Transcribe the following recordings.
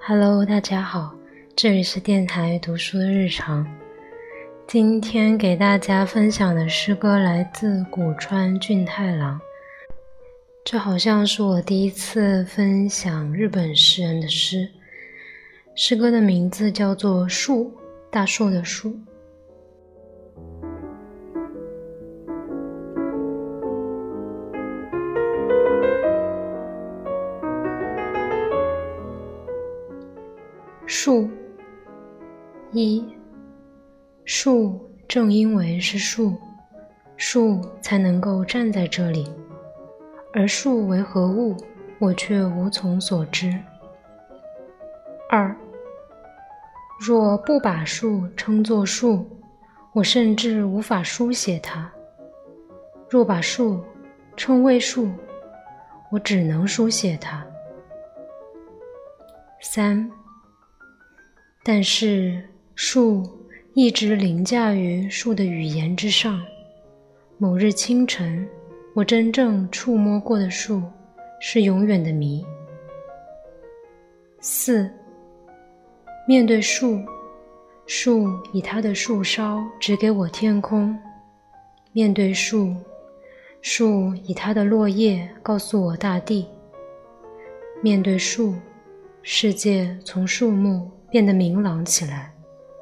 Hello， 大家好，这里是电台读书的日常。今天给大家分享的诗歌来自古川俊太郎。这好像是我第一次分享日本诗人的诗。诗歌的名字叫做树，大树的树。树一，树正因为是树，树才能够站在这里，而树为何物，我却无从所知。二，若不把树称作树，我甚至无法书写它；若把树称为树，我只能书写它。三，但是树一直凌驾于树的语言之上。某日清晨，我真正触摸过的树是永远的谜。四，面对树，树以它的树梢指给我天空；面对树，树以它的落叶告诉我大地；面对树，世界从树木变得明朗起来。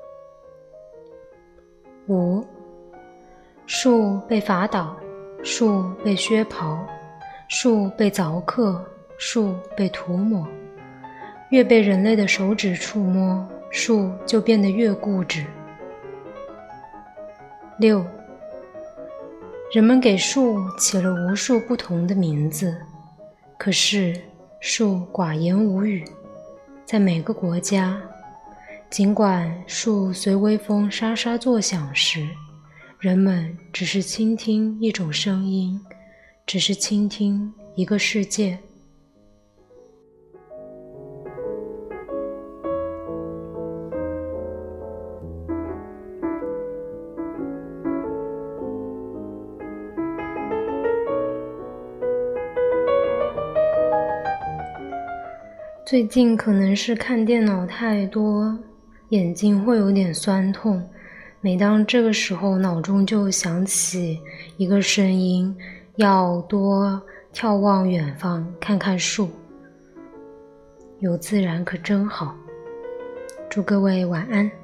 五，树被伐倒，树被削刨，树被凿刻，树被涂抹。越被人类的手指触摸，树就变得越固执。六，人们给树起了无数不同的名字，可是树寡言无语。在每个国家，尽管树随微风沙沙作响时，人们只是倾听一种声音，只是倾听一个世界。最近可能是看电脑太多，眼睛会有点酸痛。每当这个时候，脑中就想起一个声音，要多眺望远方，看看树。有自然可真好。祝各位晚安。